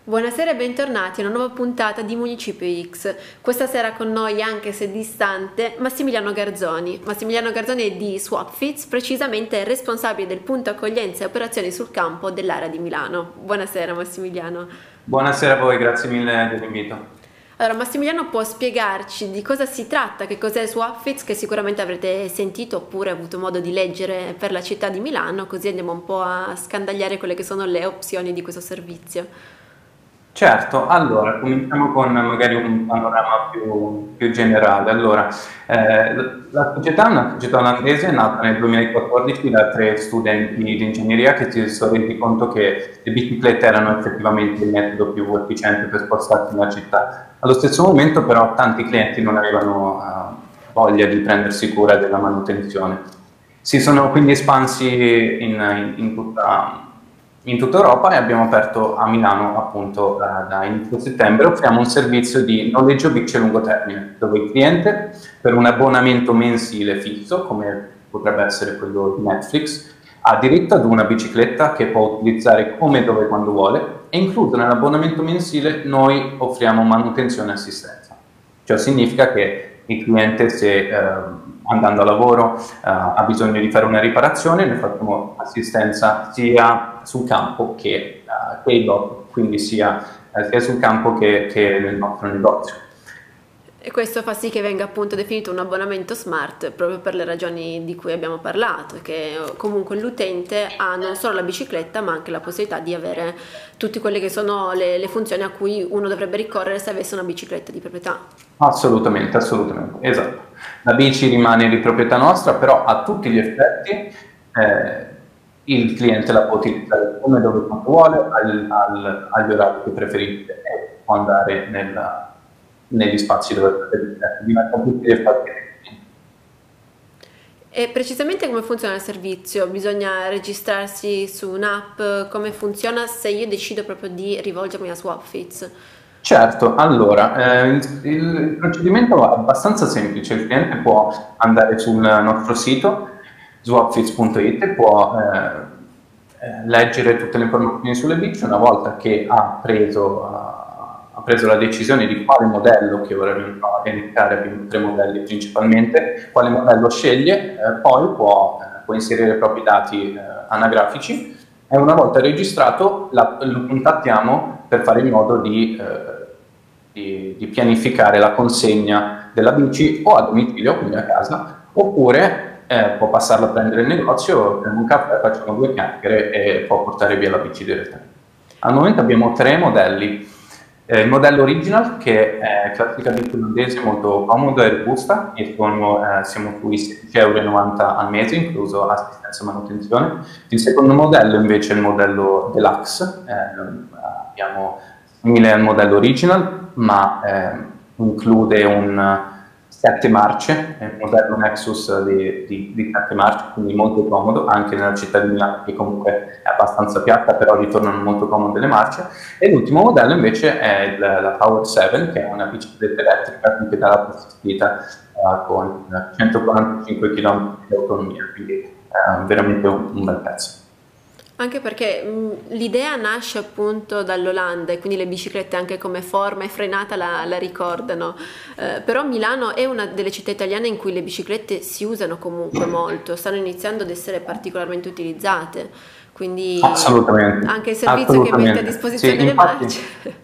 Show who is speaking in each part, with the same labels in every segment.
Speaker 1: Buonasera e bentornati a una nuova puntata di Municipio X. Questa sera con noi, anche se distante, Massimiliano Garzoni. Massimiliano Garzoni è di Swapfits, precisamente responsabile del punto accoglienza e operazioni sul campo dell'area di Milano. Buonasera Massimiliano.
Speaker 2: Buonasera a voi, grazie mille dell'invito.
Speaker 1: Allora, Massimiliano può spiegarci di cosa si tratta, che cos'è Swapfits, che sicuramente avrete sentito oppure avuto modo di leggere per la città di Milano, così andiamo un po' a scandagliare quelle che sono le opzioni di questo servizio.
Speaker 2: Certo, allora cominciamo con magari un panorama più generale. Allora, la società è una società olandese nata nel 2014 da tre studenti di ingegneria che si sono resi conto che le biciclette erano effettivamente il metodo più efficiente per spostarsi nella città. Allo stesso momento però tanti clienti non avevano voglia di prendersi cura della manutenzione. Si sono quindi espansi in tutta Europa e abbiamo aperto a Milano appunto da inizio settembre. Offriamo un servizio di noleggio bici a lungo termine, dove il cliente per un abbonamento mensile fisso, come potrebbe essere quello di Netflix, ha diritto ad una bicicletta che può utilizzare come, dove, quando vuole, e incluso nell'abbonamento mensile noi offriamo manutenzione e assistenza. Ciò significa che il cliente, se andando a lavoro ha bisogno di fare una riparazione, noi facciamo assistenza sia sul campo che dopo, quindi sia sul campo che nel nostro negozio.
Speaker 1: E questo fa sì che venga appunto definito un abbonamento smart proprio per le ragioni di cui abbiamo parlato, che comunque l'utente ha non solo la bicicletta ma anche la possibilità di avere tutte quelle che sono le funzioni a cui uno dovrebbe ricorrere se avesse una bicicletta di proprietà.
Speaker 2: Assolutamente, assolutamente, esatto. La bici rimane di proprietà nostra, però a tutti gli effetti il cliente la può utilizzare come, dove, quando vuole, agli orari che preferisce e può andare negli spazi dove preferisce. Diventa tutti gli spazi.
Speaker 1: E precisamente come funziona il servizio? Bisogna registrarsi su un'app? Come funziona se io decido proprio di rivolgermi a Swapfits?
Speaker 2: Certo, allora, il procedimento è abbastanza semplice. Il cliente può andare sul nostro sito swapfits.it e può leggere tutte le informazioni sulle bici. Una volta che ha preso la decisione di quale modello, che ora vi andrò a elencare, abbiamo tre modelli principalmente, quale modello sceglie, poi può inserire i propri dati anagrafici e una volta registrato lo contattiamo per fare in modo di pianificare la consegna della bici o a domicilio, quindi a casa, oppure può passarla a prendere il negozio, prendiamo un caffè, facciamo due chiacchiere e può portare via la bici direttamente. Al momento abbiamo tre modelli. Il modello original, che è classica bici olandese, molto comoda e robusta, e siamo sui 16,90 € al mese, incluso assistenza e manutenzione. Il secondo modello invece è il modello deluxe, abbiamo simile al modello original, ma include un 7 marce, è un modello Nexus di 7 marce, quindi molto comodo, anche nella città di Milano, che comunque è abbastanza piatta, però ritornano molto comode le marce. E l'ultimo modello invece è la Power 7, che è una bicicletta elettrica con pedala assistita con 145 km di autonomia, quindi veramente un bel pezzo.
Speaker 1: Anche perché l'idea nasce appunto dall'Olanda e quindi le biciclette anche come forma e frenata la ricordano, però Milano è una delle città italiane in cui le biciclette si usano comunque molto, stanno iniziando ad essere particolarmente utilizzate, quindi
Speaker 2: Assolutamente,
Speaker 1: anche il servizio che mette a
Speaker 2: assolutamente.
Speaker 1: disposizione
Speaker 2: Sì,
Speaker 1: le marce.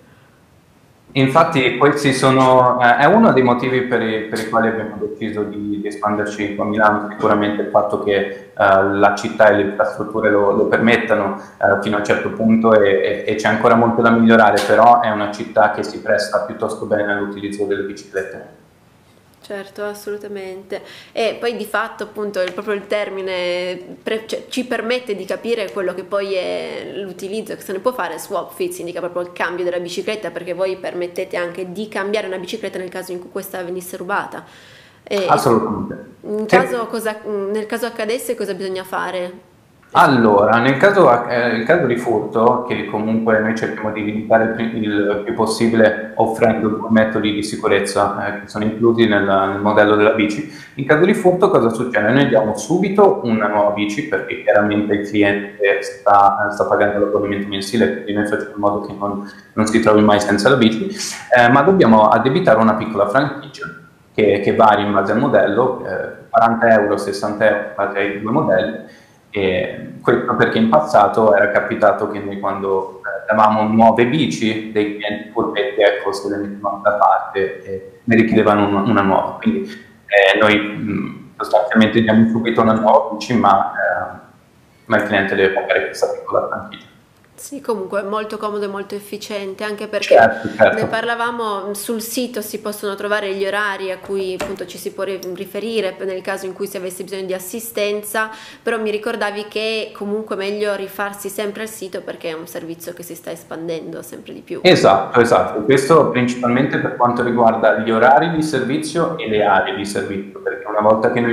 Speaker 2: infatti questi è uno dei motivi per i quali abbiamo deciso di espanderci qua a Milano, sicuramente il fatto che la città e le infrastrutture lo permettano fino a un certo punto e c'è ancora molto da migliorare, però è una città che si presta piuttosto bene all'utilizzo delle biciclette.
Speaker 1: Certo, assolutamente. E poi di fatto appunto proprio il termine cioè, ci permette di capire quello che poi è l'utilizzo che se ne può fare. Swapfits indica proprio il cambio della bicicletta, perché voi permettete anche di cambiare una bicicletta nel caso in cui questa venisse rubata. E
Speaker 2: Assolutamente.
Speaker 1: in
Speaker 2: Sì.
Speaker 1: caso, nel caso accadesse cosa bisogna fare?
Speaker 2: Allora, il caso di furto, che comunque noi cerchiamo di limitare il più possibile offrendo due metodi di sicurezza che sono inclusi nel modello della bici, in caso di furto cosa succede? Noi diamo subito una nuova bici perché chiaramente il cliente sta pagando l'abbonamento mensile, quindi noi facciamo in modo che non si trovi mai senza la bici, ma dobbiamo addebitare una piccola franchigia che varia in base al modello, 40 euro, 60 euro in base ai due modelli. E questo perché in passato era capitato che noi quando davamo nuove bici dei clienti furbetti, ecco, se le mettevamo da parte e ne richiedevano una nuova. Quindi noi sostanzialmente diamo subito una nuova bici, ma il cliente deve pagare questa piccola franchigia.
Speaker 1: Sì, comunque è molto comodo e molto efficiente, anche perché
Speaker 2: Certo,
Speaker 1: ne
Speaker 2: certo.
Speaker 1: parlavamo, sul sito si possono trovare gli orari a cui appunto ci si può riferire nel caso in cui si avesse bisogno di assistenza, però mi ricordavi che comunque è meglio rifarsi sempre al sito perché è un servizio che si sta espandendo sempre di più.
Speaker 2: Esatto, esatto. Questo principalmente per quanto riguarda gli orari di servizio e le aree di servizio, perché una volta che noi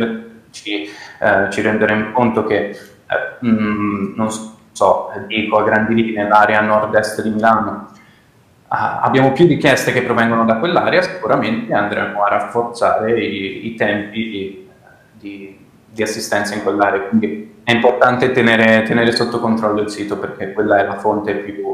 Speaker 2: ci renderemo conto che, non so, dico a grandi linee, nell'area nord-est di Milano abbiamo più richieste che provengono da quell'area, sicuramente andremo a rafforzare i tempi di assistenza in quell'area. Quindi è importante tenere sotto controllo il sito perché quella è la fonte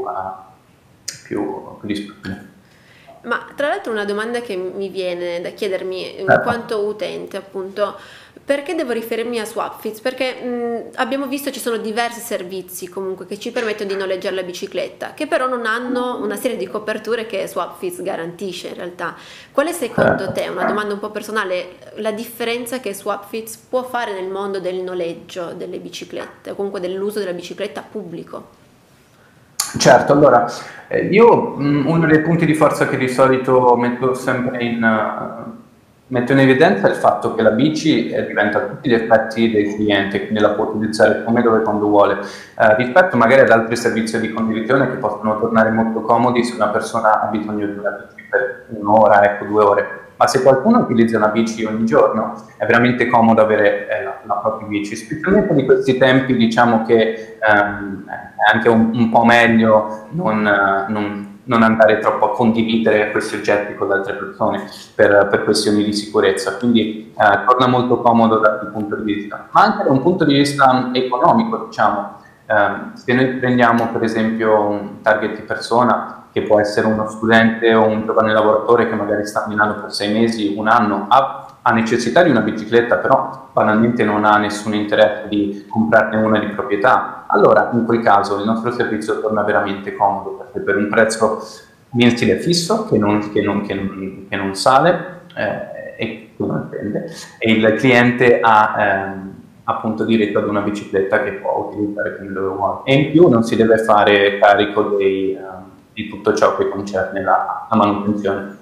Speaker 2: più disponibile.
Speaker 1: Ma tra l'altro una domanda che mi viene da chiedermi in quanto utente, appunto, perché devo riferirmi a Swapfits? Perché abbiamo visto ci sono diversi servizi comunque che ci permettono di noleggiare la bicicletta, che però non hanno una serie di coperture che Swapfits garantisce in realtà. Qual è secondo te, una domanda un po' personale, la differenza che Swapfits può fare nel mondo del noleggio delle biciclette, o comunque dell'uso della bicicletta pubblico?
Speaker 2: Certo, allora, io uno dei punti di forza che di solito metto sempre metto in evidenza è il fatto che la bici diventa a tutti gli effetti del cliente, quindi la può utilizzare come, dove, quando vuole, rispetto magari ad altri servizi di condivisione che possono tornare molto comodi se una persona ha bisogno di una bici per un'ora, ecco, 2 ore. Ma se qualcuno utilizza una bici ogni giorno è veramente comodo avere la propria bici, specialmente di questi tempi, diciamo che è anche un po' meglio non andare troppo a condividere questi oggetti con le altre persone per questioni di sicurezza, quindi torna molto comodo da quel punto di vista, ma anche da un punto di vista economico, diciamo. Se noi prendiamo per esempio un target di persona che può essere uno studente o un giovane lavoratore che magari sta a Milano per 6 mesi, un anno, ha necessità di una bicicletta, però banalmente non ha nessun interesse di comprarne una di proprietà, allora in quel caso il nostro servizio torna veramente comodo, perché per un prezzo mensile fisso che non sale e che non prende, e il cliente ha appunto diritto ad una bicicletta che può utilizzare come dove vuole. E in più non si deve fare carico di tutto ciò che concerne la manutenzione.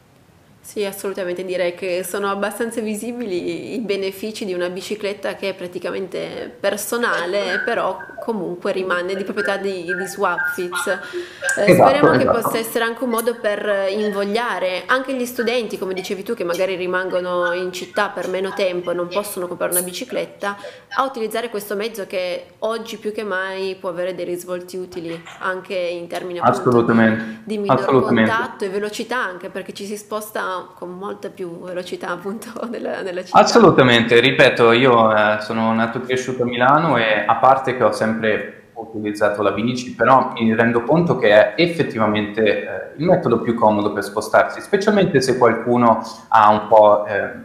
Speaker 1: Sì, assolutamente, direi che sono abbastanza visibili i benefici di una bicicletta che è praticamente personale, però comunque rimane di proprietà di Swapfits. Speriamo che
Speaker 2: Esatto.
Speaker 1: possa essere anche un modo per invogliare anche gli studenti, come dicevi tu, che magari rimangono in città per meno tempo e non possono comprare una bicicletta, a utilizzare questo mezzo che oggi più che mai può avere dei risvolti utili anche in termini appunto di minor
Speaker 2: Assolutamente.
Speaker 1: contatto e velocità, anche perché ci si sposta con molta più velocità appunto nella città.
Speaker 2: Assolutamente, ripeto, io sono nato e cresciuto a Milano e a parte che ho sempre utilizzato la bici, però mi rendo conto che è effettivamente il metodo più comodo per spostarsi, specialmente se qualcuno ha un po',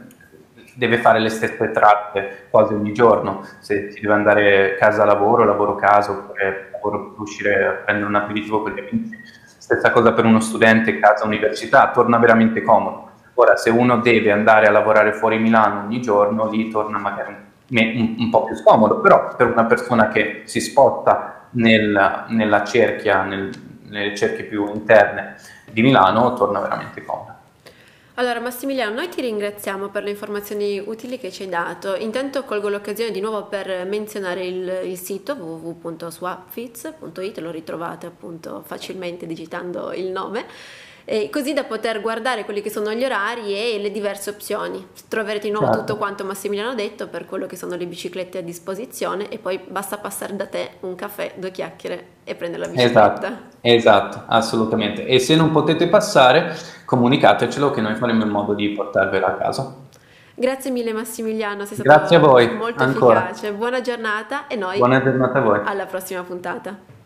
Speaker 2: deve fare le stesse tratte quasi ogni giorno, se si deve andare casa lavoro, lavoro casa, oppure lavoro per uscire a prendere un aperitivo con gli amici. Stessa cosa per uno studente, casa, università, torna veramente comodo. Ora, se uno deve andare a lavorare fuori Milano ogni giorno, lì torna magari un po' più scomodo, però per una persona che si sposta nelle cerchie più interne di Milano, torna veramente comodo.
Speaker 1: Allora Massimiliano, noi ti ringraziamo per le informazioni utili che ci hai dato. Intanto colgo l'occasione di nuovo per menzionare il sito www.swapfits.it, lo ritrovate appunto facilmente digitando il nome. e così da poter guardare quelli che sono gli orari e le diverse opzioni. Troverete di nuovo
Speaker 2: Certo.
Speaker 1: tutto quanto Massimiliano ha detto per quello che sono le biciclette a disposizione, e poi basta passare da te un caffè, due chiacchiere e prendere la
Speaker 2: Esatto,
Speaker 1: bicicletta.
Speaker 2: esatto, assolutamente. E se non potete passare, comunicatecelo che noi faremo in modo di portarvela a casa.
Speaker 1: Grazie mille Massimiliano, sei
Speaker 2: Grazie a
Speaker 1: stato
Speaker 2: voi,
Speaker 1: molto
Speaker 2: ancora.
Speaker 1: efficace. Buona giornata e noi
Speaker 2: Buona giornata a voi.
Speaker 1: alla prossima puntata.